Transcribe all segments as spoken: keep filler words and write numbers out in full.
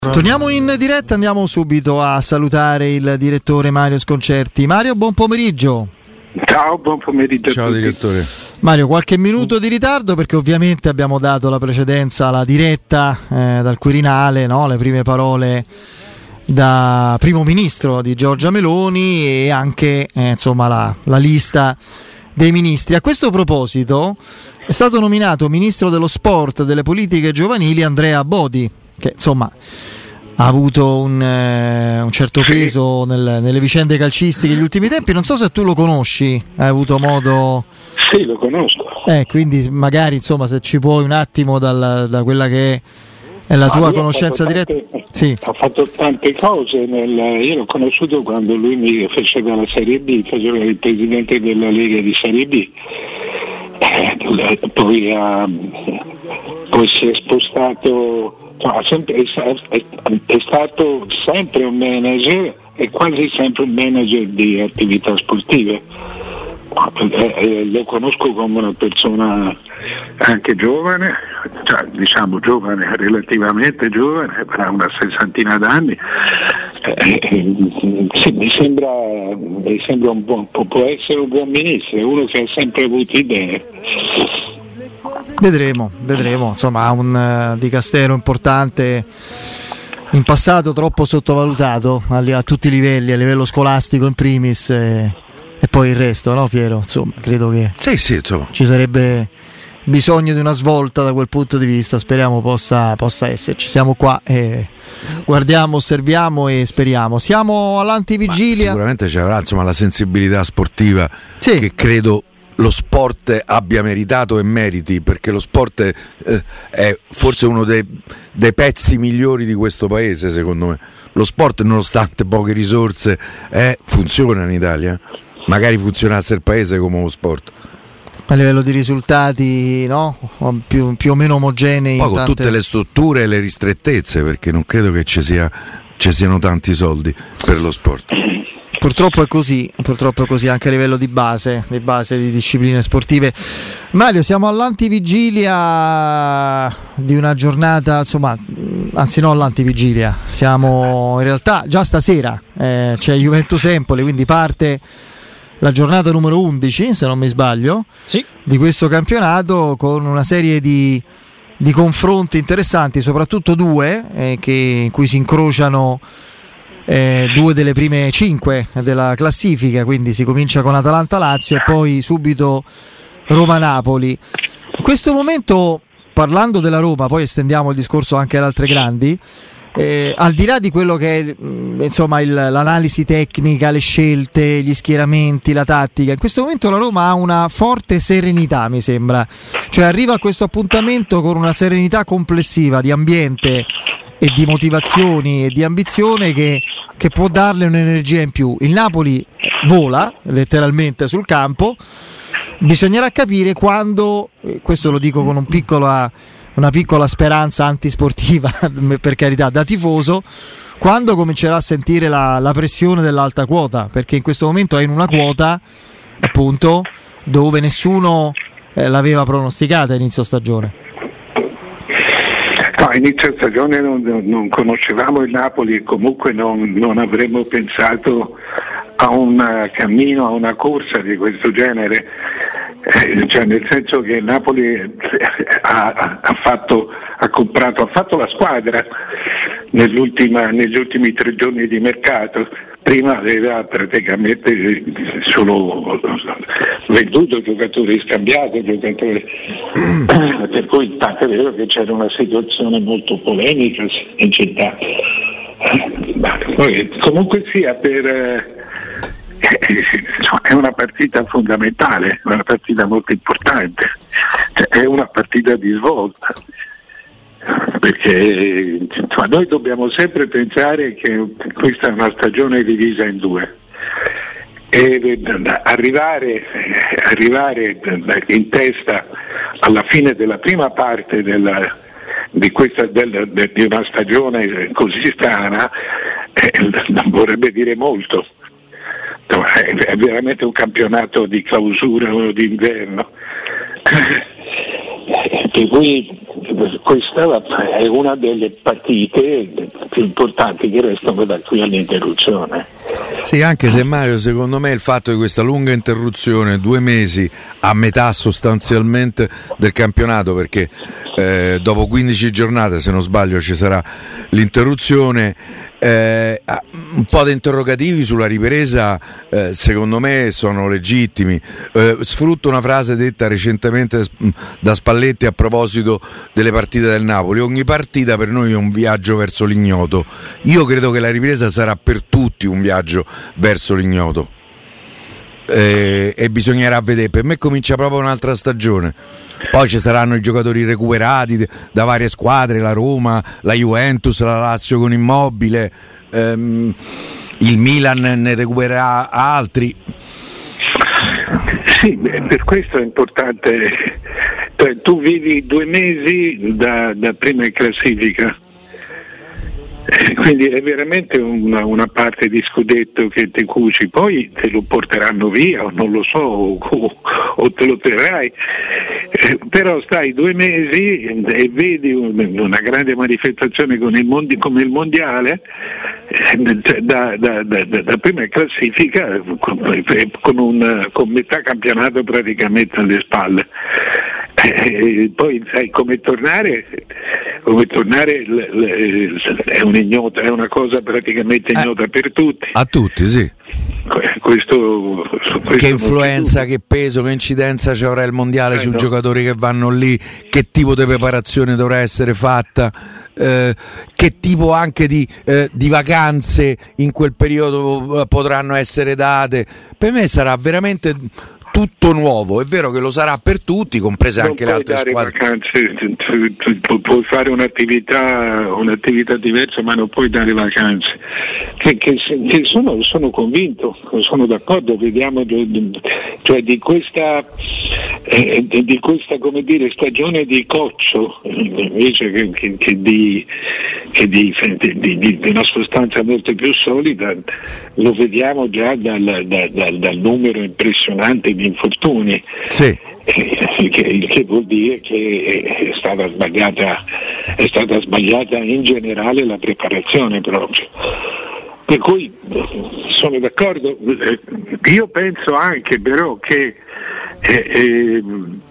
Torniamo in diretta, andiamo subito a salutare il direttore Mario Sconcerti. Mario, buon pomeriggio. Ciao, buon pomeriggio. Ciao a tutti. direttore. Mario, qualche minuto di ritardo perché ovviamente abbiamo dato la precedenza alla diretta eh, dal Quirinale, no? Le prime parole da primo ministro di Giorgia Meloni e anche eh, insomma la, la lista dei ministri. A questo proposito è stato nominato ministro dello sport e delle politiche giovanili Andrea Bodi, che insomma ha avuto un, eh, un certo peso nel, nelle vicende calcistiche degli ultimi tempi. Non so se tu lo conosci, hai avuto modo... Sì, lo conosco. Eh, quindi magari insomma se ci puoi un attimo dal, da quella che è, è la Ma tua lui conoscenza ha diretta. tante, Sì. Ha fatto tante cose, nel, io l'ho conosciuto quando lui mi faceva la Serie B, faceva il presidente della Lega di Serie B. Eh, poi, ha, poi si è spostato, no, sempre, è, è, è stato sempre un manager e quasi sempre un manager di attività sportive. Eh, eh, lo conosco come una persona anche giovane, cioè, diciamo giovane, relativamente giovane, avrà una sessantina d'anni. Eh, eh, sì, mi sembra, mi sembra un buon, può essere un buon ministro, uno che ha sempre avuto idee. Vedremo, vedremo, insomma ha un uh, dicastero importante, in passato troppo sottovalutato a, a tutti i livelli, a livello scolastico in primis e, e poi il resto, no Piero? Insomma, credo che Sì, sì, insomma. ci sarebbe bisogno di una svolta da quel punto di vista, speriamo possa, possa esserci. Siamo qua e guardiamo, osserviamo e speriamo. Siamo all'antivigilia. Ma sicuramente ci avrà insomma la sensibilità sportiva, sì, che credo lo sport abbia meritato e meriti, perché lo sport eh, è forse uno dei, dei pezzi migliori di questo paese, secondo me. Lo sport, nonostante poche risorse, eh, funziona in Italia. Magari funzionasse il paese come lo sport. A livello di risultati, no? Più, più o meno omogenei. Poi con tante... tutte le strutture e le ristrettezze, perché non credo che ci sia, ci siano tanti soldi per lo sport. Purtroppo è così, purtroppo è così anche a livello di base, di base di discipline sportive. Mario, siamo all'antivigilia di una giornata, insomma, anzi no all'antivigilia, siamo in realtà già stasera, eh, c'è Juventus Empoli, quindi parte la giornata numero undici, se non mi sbaglio, sì, di questo campionato, con una serie di, di confronti interessanti, soprattutto due, eh, che, in cui si incrociano eh, due delle prime cinque della classifica, quindi si comincia con Atalanta-Lazio e poi subito Roma-Napoli. In questo momento, parlando della Roma, poi estendiamo il discorso anche ad altre grandi, Eh, al di là di quello che è insomma il, l'analisi tecnica, le scelte, gli schieramenti, la tattica, in questo momento la Roma ha una forte serenità, mi sembra, cioè arriva a questo appuntamento con una serenità complessiva di ambiente e di motivazioni e di ambizione che, che può darle un'energia in più. Il Napoli vola letteralmente sul campo, bisognerà capire quando, questo lo dico con un piccolo una piccola speranza antisportiva, per carità, da tifoso, quando comincerà a sentire la, la pressione dell'alta quota, perché in questo momento è in una quota appunto dove nessuno eh, l'aveva pronosticata a inizio stagione. No, a inizio stagione non, non conoscevamo il Napoli e comunque non, non avremmo pensato a un cammino, a una corsa di questo genere. Eh, cioè nel senso che il Napoli ha, ha, fatto, ha comprato, ha fatto la squadra nell'ultima, negli ultimi tre giorni di mercato. Prima aveva praticamente solo venduto giocatori, scambiato giocatori, per cui tanto è vero che c'era una situazione molto polemica in città. Ma poi, comunque sia, per è una partita fondamentale, è una partita molto importante, cioè, è una partita di svolta, perché insomma, noi dobbiamo sempre pensare che questa è una stagione divisa in due e arrivare, arrivare in testa alla fine della prima parte della, di, questa, del, de, di una stagione così strana eh, vorrebbe dire molto. È veramente un campionato di clausura o di inverno, per cui questa è una delle partite più importanti che restano da qui all'interruzione. Sì, anche se Mario, secondo me il fatto di questa lunga interruzione, due mesi a metà sostanzialmente del campionato, perché eh, dopo quindici giornate, se non sbaglio, ci sarà l'interruzione, eh, un po' di interrogativi sulla ripresa eh, secondo me sono legittimi. Eh, sfrutto una frase detta recentemente da Spalletti a proposito delle partite del Napoli: ogni partita per noi è un viaggio verso l'ignoto. Io credo che la ripresa sarà per tutti un viaggio verso l'ignoto, eh, e bisognerà vedere. Per me comincia proprio un'altra stagione, poi ci saranno i giocatori recuperati da varie squadre, la Roma, la Juventus, la Lazio con Immobile, ehm, il Milan ne recupererà altri. Sì, per questo è importante. Tu vivi due mesi da, da prima in classifica, quindi è veramente una, una parte di scudetto che ti cuci, poi te lo porteranno via o non lo so, o, o te lo terrai, eh, però stai due mesi e vedi un, una grande manifestazione con il mondi, come il mondiale, eh, da, da, da, da prima in classifica con, un, con metà campionato praticamente alle spalle. E poi sai come tornare, come tornare l, l, è un ignoto, è una cosa praticamente ignota eh, per tutti. A tutti, sì. Questo, questo che influenza, che peso, che incidenza ci avrà il mondiale eh, sui no. giocatori che vanno lì, che tipo di preparazione dovrà essere fatta, eh, che tipo anche di, eh, di vacanze in quel periodo potranno essere date. Per me sarà veramente tutto nuovo. È vero che lo sarà per tutti, comprese non anche le altre squadre. Vacanze, puoi fare un'attività, un'attività diversa, ma non puoi dare vacanze. Che, che, che sono, sono convinto, sono d'accordo. Vediamo cioè di questa, eh, di questa come dire stagione di coccio invece che, che, che, di, che di, di, di, di una sostanza molto più solida. Lo vediamo già dal, dal, dal numero impressionante di infortuni, sì. eh, che, il che vuol dire che è stata sbagliata, è stata sbagliata in generale la preparazione proprio. Per cui sono d'accordo. Io penso anche però che eh, eh,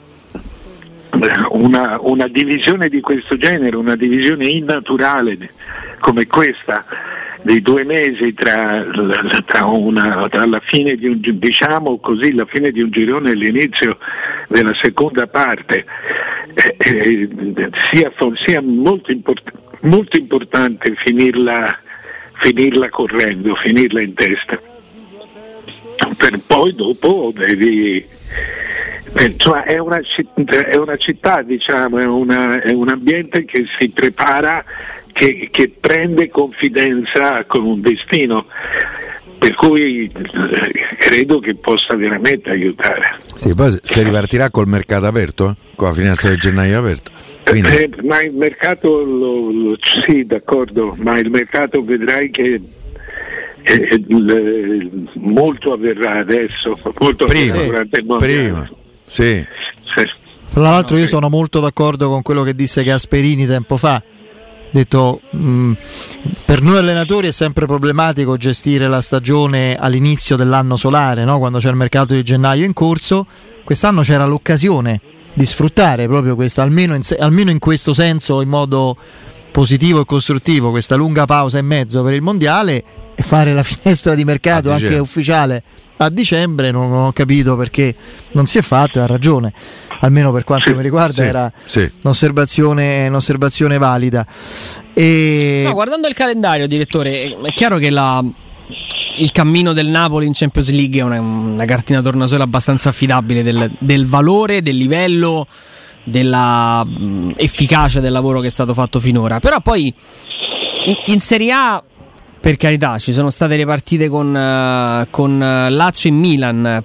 una, una divisione di questo genere, una divisione innaturale come questa, dei due mesi tra, tra, una, tra la fine di un, diciamo così, la fine di un girone e l'inizio della seconda parte, eh, eh, sia, sia molto, import, molto importante finirla, finirla correndo, finirla in testa, per poi dopo devi, eh, cioè è una città, è una città diciamo, è, una, è un ambiente che si prepara, Che, che prende confidenza con un destino, per cui eh, credo che possa veramente aiutare. Sì, poi si ripartirà col mercato aperto, eh? Con la finestra del gennaio aperta. Quindi... Eh, ma il mercato, lo, lo, sì d'accordo, ma il mercato vedrai che eh, eh, molto avverrà adesso, molto prima, avverrà durante il mondiale. Prima, sì. sì. Tra l'altro io sono molto d'accordo con quello che disse Gasperini tempo fa. Detto, mh, per noi allenatori è sempre problematico gestire la stagione all'inizio dell'anno solare, no? Quando c'è il mercato di gennaio in corso. Quest'anno c'era l'occasione di sfruttare proprio questa, almeno in, almeno in questo senso, in modo positivo e costruttivo, questa lunga pausa e mezzo per il mondiale, e fare la finestra di mercato anche ufficiale a dicembre. Non, non ho capito perché non si è fatto, e ha ragione. Almeno per quanto sì, mi riguarda sì, era sì. un'osservazione, un'osservazione valida. E... No, guardando il calendario, direttore, è chiaro che la, il cammino del Napoli in Champions League è una, una cartina tornasole abbastanza affidabile del, del valore, del livello, della mh, efficacia del lavoro che è stato fatto finora. Però poi in, in Serie A, per carità, ci sono state le partite con, uh, con Lazio e Milan.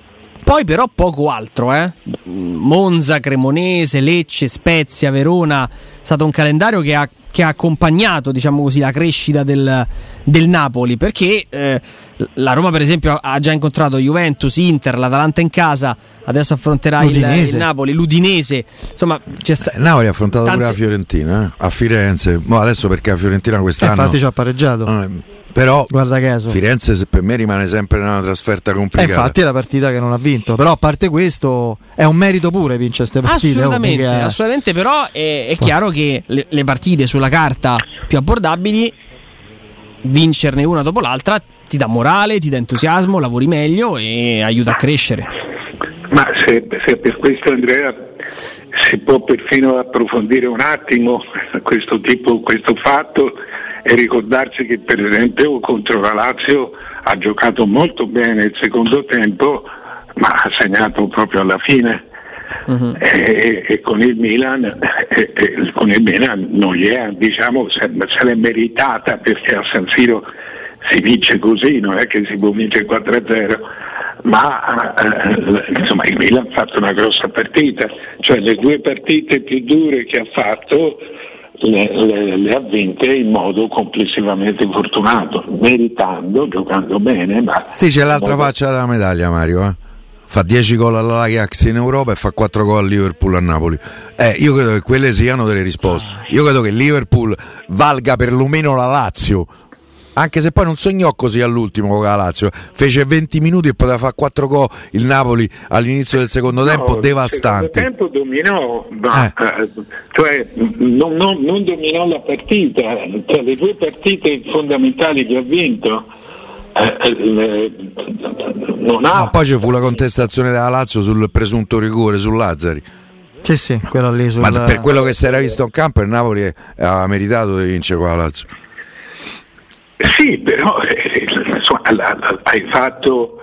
Poi però poco altro, eh? Monza, Cremonese, Lecce, Spezia, Verona, è stato un calendario che ha, che ha accompagnato, diciamo così, la crescita del, del Napoli, perché eh, la Roma per esempio ha già incontrato Juventus, Inter, l'Atalanta in casa, adesso affronterà il, il Napoli, l'Udinese, insomma c'è sta- il Napoli ha affrontato tante... pure la Fiorentina, eh? A Firenze, ma adesso perché la Fiorentina quest'anno eh, infatti ci ha pareggiato, eh, però guarda caso Firenze per me rimane sempre una trasferta complicata, eh, infatti è la partita che non ha vinto, però a parte questo è un merito pure vincere queste partite, assolutamente, oh, assolutamente, però è, è chiaro che le, le partite sulla carta più abbordabili, vincerne una dopo l'altra ti dà morale, ti dà entusiasmo, lavori meglio e aiuta a crescere. Ma se, se per questo, Andrea, si può perfino approfondire un attimo questo tipo, questo fatto, e ricordarsi che per esempio contro la Lazio ha giocato molto bene il secondo tempo, ma ha segnato proprio alla fine. Uh-huh. E, e con il Milan e, e con il Milan non gli è, diciamo, se, se l'è meritata, perché a San Siro si vince così, non è che si può vincere quattro a zero, ma eh, insomma il Milan ha fatto una grossa partita, cioè le due partite più dure che ha fatto le, le, le ha vinte in modo complessivamente fortunato, meritando, giocando bene, ma sì, c'è l'altra modo... faccia della medaglia, Mario, eh? Fa dieci gol all'Ajax in Europa e fa quattro gol al Liverpool a Napoli. Eh, io credo che quelle siano delle risposte. Io credo che il Liverpool valga perlomeno la Lazio, anche se poi non sognò così all'ultimo con la Lazio, fece venti minuti e poteva fare quattro gol il Napoli all'inizio del secondo no, tempo devastanti. Il secondo tempo dominò, ma, eh. cioè non, non, non dominò la partita, cioè, le due partite fondamentali che ha vinto. Eh, non ha... No, poi ci fu la contestazione della Lazio sul presunto rigore su Lazzari. Sì, sì, quella lì sul... Ma per quello che si era visto in campo il Napoli aveva meritato di vincere con la Lazio. Sì, però eh, insomma, hai fatto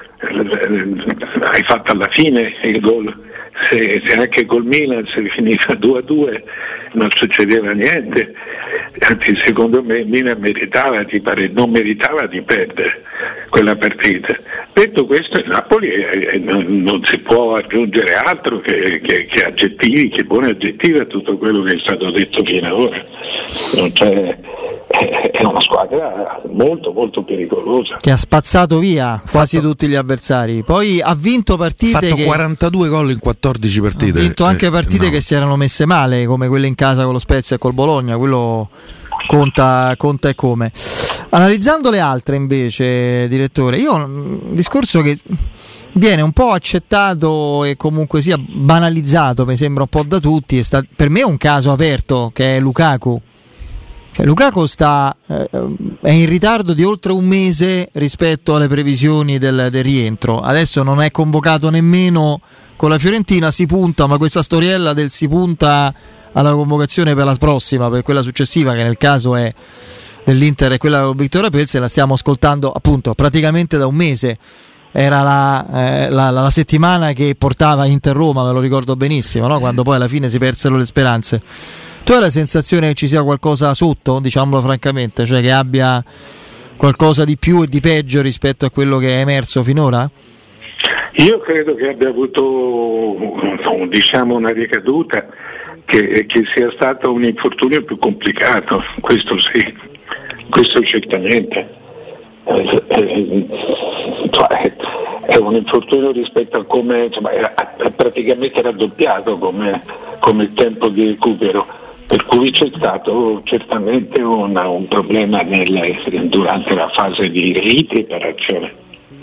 hai fatto alla fine il gol. Se, se anche col Milan si finiva due a due non succedeva niente, anzi secondo me il Milan meritava di pare, non meritava di perdere quella partita. Detto questo, il Napoli eh, non, non si può aggiungere altro che, che, che aggettivi, che buoni aggettivi a tutto quello che è stato detto fino ad ora. Non c'è, è una squadra molto molto pericolosa, che ha spazzato via quasi fatto, tutti gli avversari, poi ha vinto partite, ha fatto che, quarantadue gol in quattordici partite, ha vinto anche partite eh, no. che si erano messe male, come quelle in casa con lo Spezia e col Bologna, quello conta, conta e come. Analizzando le altre invece, direttore, io un discorso che viene un po' accettato e comunque sia banalizzato, mi sembra un po' da tutti, è sta, per me è un caso aperto, che è Lukaku. Cioè, Lukaku sta, eh, è in ritardo di oltre un mese rispetto alle previsioni del, del rientro. Adesso non è convocato nemmeno con la Fiorentina, si punta, ma questa storiella del si punta alla convocazione per la prossima, per quella successiva, che nel caso è dell'Inter e quella con Victoria Pelze, la stiamo ascoltando appunto praticamente da un mese. Era la, eh, la, la, la settimana che portava Inter-Roma, me lo ricordo benissimo, no? Quando poi alla fine si persero le speranze. Tu hai la sensazione che ci sia qualcosa sotto, diciamolo francamente, cioè che abbia qualcosa di più e di peggio rispetto a quello che è emerso finora? Io credo che abbia avuto, diciamo, una ricaduta, che, che sia stato un infortunio più complicato, questo sì, questo certamente. Eh, eh, cioè, è un infortunio rispetto a come, insomma, era, praticamente raddoppiato come, come il tempo di recupero, per cui c'è stato certamente una, un problema nel, durante la fase di ripreparazione,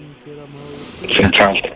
senz'altro.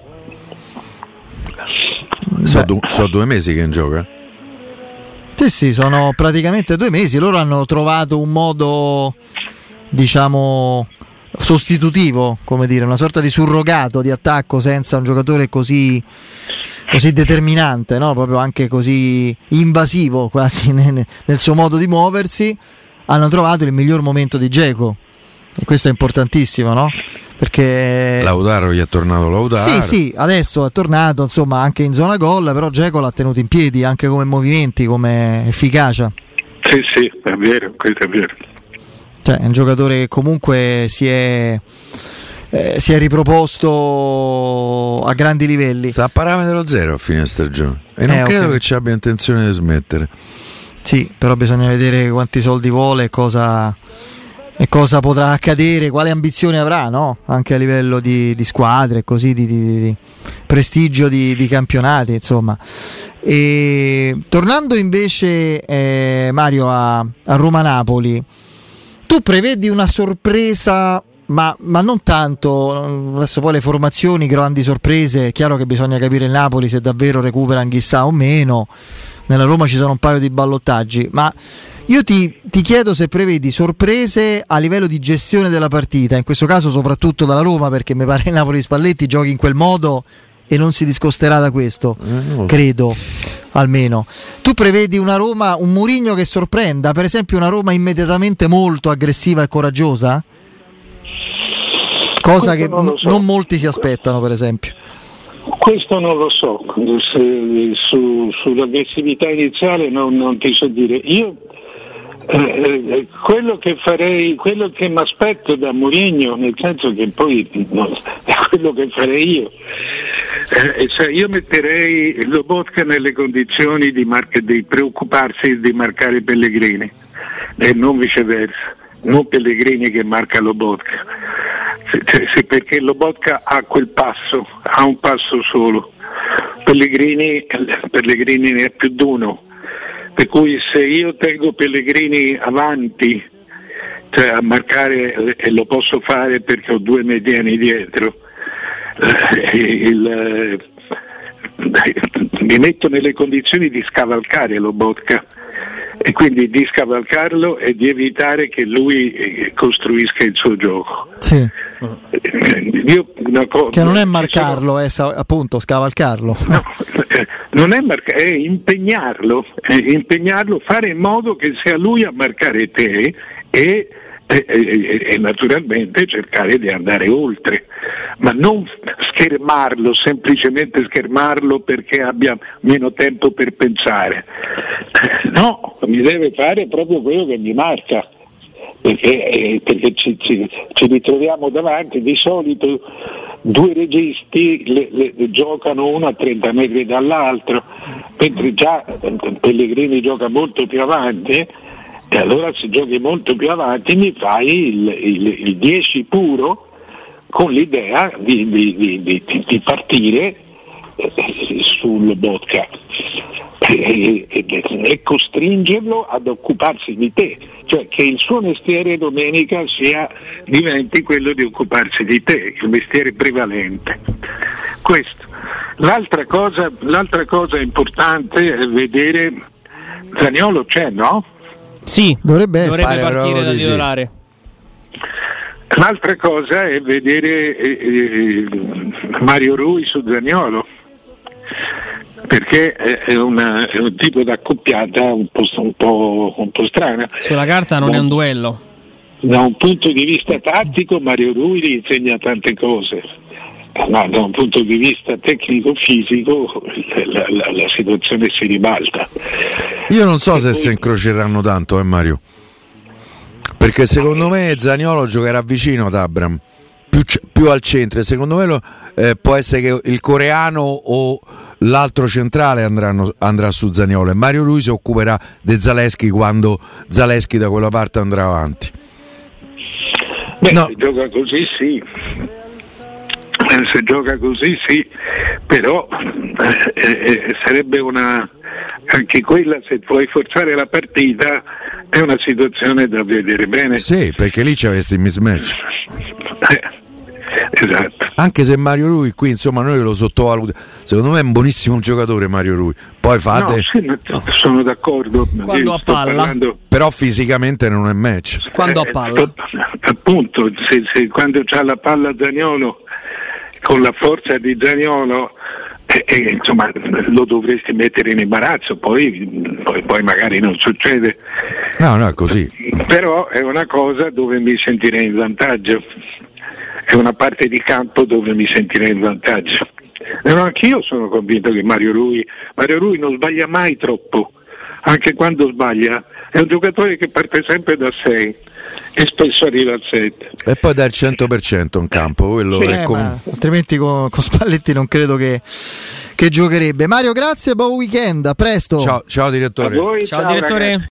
Sono du- so due mesi che in gioca? Sì, sì, sono praticamente due mesi. Loro hanno trovato un modo, diciamo, sostitutivo, come dire, una sorta di surrogato di attacco senza un giocatore così, così determinante, no? Proprio anche così invasivo quasi nel, nel suo modo di muoversi. Hanno trovato il miglior momento di Dzeko, e questo è importantissimo, no? Perché Lautaro gli è tornato Lautaro. Sì, sì, adesso è tornato, insomma, anche in zona gol, però Dzeko l'ha tenuto in piedi anche come movimenti, come efficacia. Sì, sì, è vero, questo è vero. Cioè, è un giocatore che comunque si è eh, si è riproposto a grandi livelli. Sta a parametro zero a fine stagione e non eh, credo okay. che ci abbia intenzione di smettere. Sì, però bisogna vedere quanti soldi vuole e cosa, e cosa potrà accadere, quale ambizione avrà, no? Anche a livello di, di squadre, così di, di, di prestigio di, di campionati, insomma. E tornando invece eh, Mario a, a Roma-Napoli, tu prevedi una sorpresa, ma, ma non tanto, adesso poi le formazioni, grandi sorprese, è chiaro che bisogna capire il Napoli se davvero recupera Anghissà o meno, nella Roma ci sono un paio di ballottaggi, ma io ti, ti chiedo se prevedi sorprese a livello di gestione della partita, in questo caso soprattutto dalla Roma, perché mi pare il Napoli Spalletti giochi in quel modo e non si discosterà da questo, eh, credo, almeno. Tu prevedi una Roma, un Mourinho che sorprenda, per esempio una Roma immediatamente molto aggressiva e coraggiosa? Cosa questo che non, n- so. non molti si aspettano, per esempio. Questo non lo so, se, su, sull'aggressività iniziale non, non ti so dire. Io eh, quello che farei, quello che mi aspetto da Mourinho, nel senso che poi no, è quello che farei io. Eh, cioè io metterei Lobotka nelle condizioni di, mar- di preoccuparsi di marcare Pellegrini e non viceversa, non Pellegrini che marca Lobotka. Cioè, sì, perché Lobotka ha quel passo, ha un passo solo, Pellegrini, Pellegrini ne è più d'uno, per cui se io tengo Pellegrini avanti, cioè a marcare, e lo posso fare perché ho due mediani dietro, eh, il, eh, mi metto nelle condizioni di scavalcare Lobotka e quindi di scavalcarlo e di evitare che lui costruisca il suo gioco. Sì. Io, una co- che non è marcarlo, è sa- appunto scavalcarlo. No, non è marcarlo, è impegnarlo, è impegnarlo, fare in modo che sia lui a marcare te e, e, e, e naturalmente cercare di andare oltre, ma non schermarlo, semplicemente schermarlo perché abbia meno tempo per pensare. No, mi deve fare proprio quello che mi marca. Perché, eh, perché ci, ci, ci ritroviamo davanti di solito due registi le, le, le giocano uno a trenta metri dall'altro, mentre già Pellegrini gioca molto più avanti, e allora se giochi molto più avanti mi fai il, il, il dieci puro con l'idea di, di, di, di, di partire sul Botka e, e, e costringerlo ad occuparsi di te, cioè che il suo mestiere domenica sia, diventi quello di occuparsi di te, il mestiere prevalente. Questo. L'altra cosa, l'altra cosa importante è vedere, Zaniolo c'è, no? Sì, dovrebbe, dovrebbe essere. partire da titolare. L'altra cosa è vedere eh, eh, Mario Rui su Zaniolo, perché è, una, è un tipo d'accoppiata un po', un po', un po' strana. Sulla carta non da, è un duello. Da un punto di vista tattico Mario Rui gli insegna tante cose, ma da un punto di vista tecnico-fisico la, la, la situazione si ribalta. Io non so e se poi... si incroceranno tanto, eh Mario, perché secondo me Zaniolo giocherà vicino ad Abram, più, più al centro, e secondo me lo, eh, può essere che il coreano o l'altro centrale andranno, andrà su Zaniolo e Mario Rui si occuperà di Zaleschi quando Zaleschi da quella parte andrà avanti. Beh, no. Se gioca così sì, se gioca così sì, però eh, eh, sarebbe una, anche quella, se vuoi forzare la partita è una situazione da vedere bene. Sì, perché lì c'avresti il mismatch. Eh. Esatto. Anche se Mario Rui qui, insomma, noi lo sottovalutiamo. Secondo me è un buonissimo giocatore Mario Rui. Poi fate. No, sì, no. Sono d'accordo. Quando a palla. Parlando... Però fisicamente non è match. Quando a palla. Eh, appunto, se, se quando c'ha la palla Zaniolo, con la forza di Zaniolo, eh, eh, insomma, lo dovresti mettere in imbarazzo. Poi, poi, poi magari non succede. No, no, è così. Però è una cosa dove mi sentirei in vantaggio. È una parte di campo dove mi sentirei in vantaggio. E anch'io sono convinto che Mario Rui, Mario Rui non sbaglia mai troppo, anche quando sbaglia è un giocatore che parte sempre da sei, e spesso arriva al sette. E poi dà il cento per cento in campo, quello Sì, è eh, com- ma altrimenti con, con Spalletti non credo che, che giocherebbe. Mario, grazie, buon weekend, a presto. Ciao, ciao A direttore. voi, Ciao, ciao direttore. ragazzi.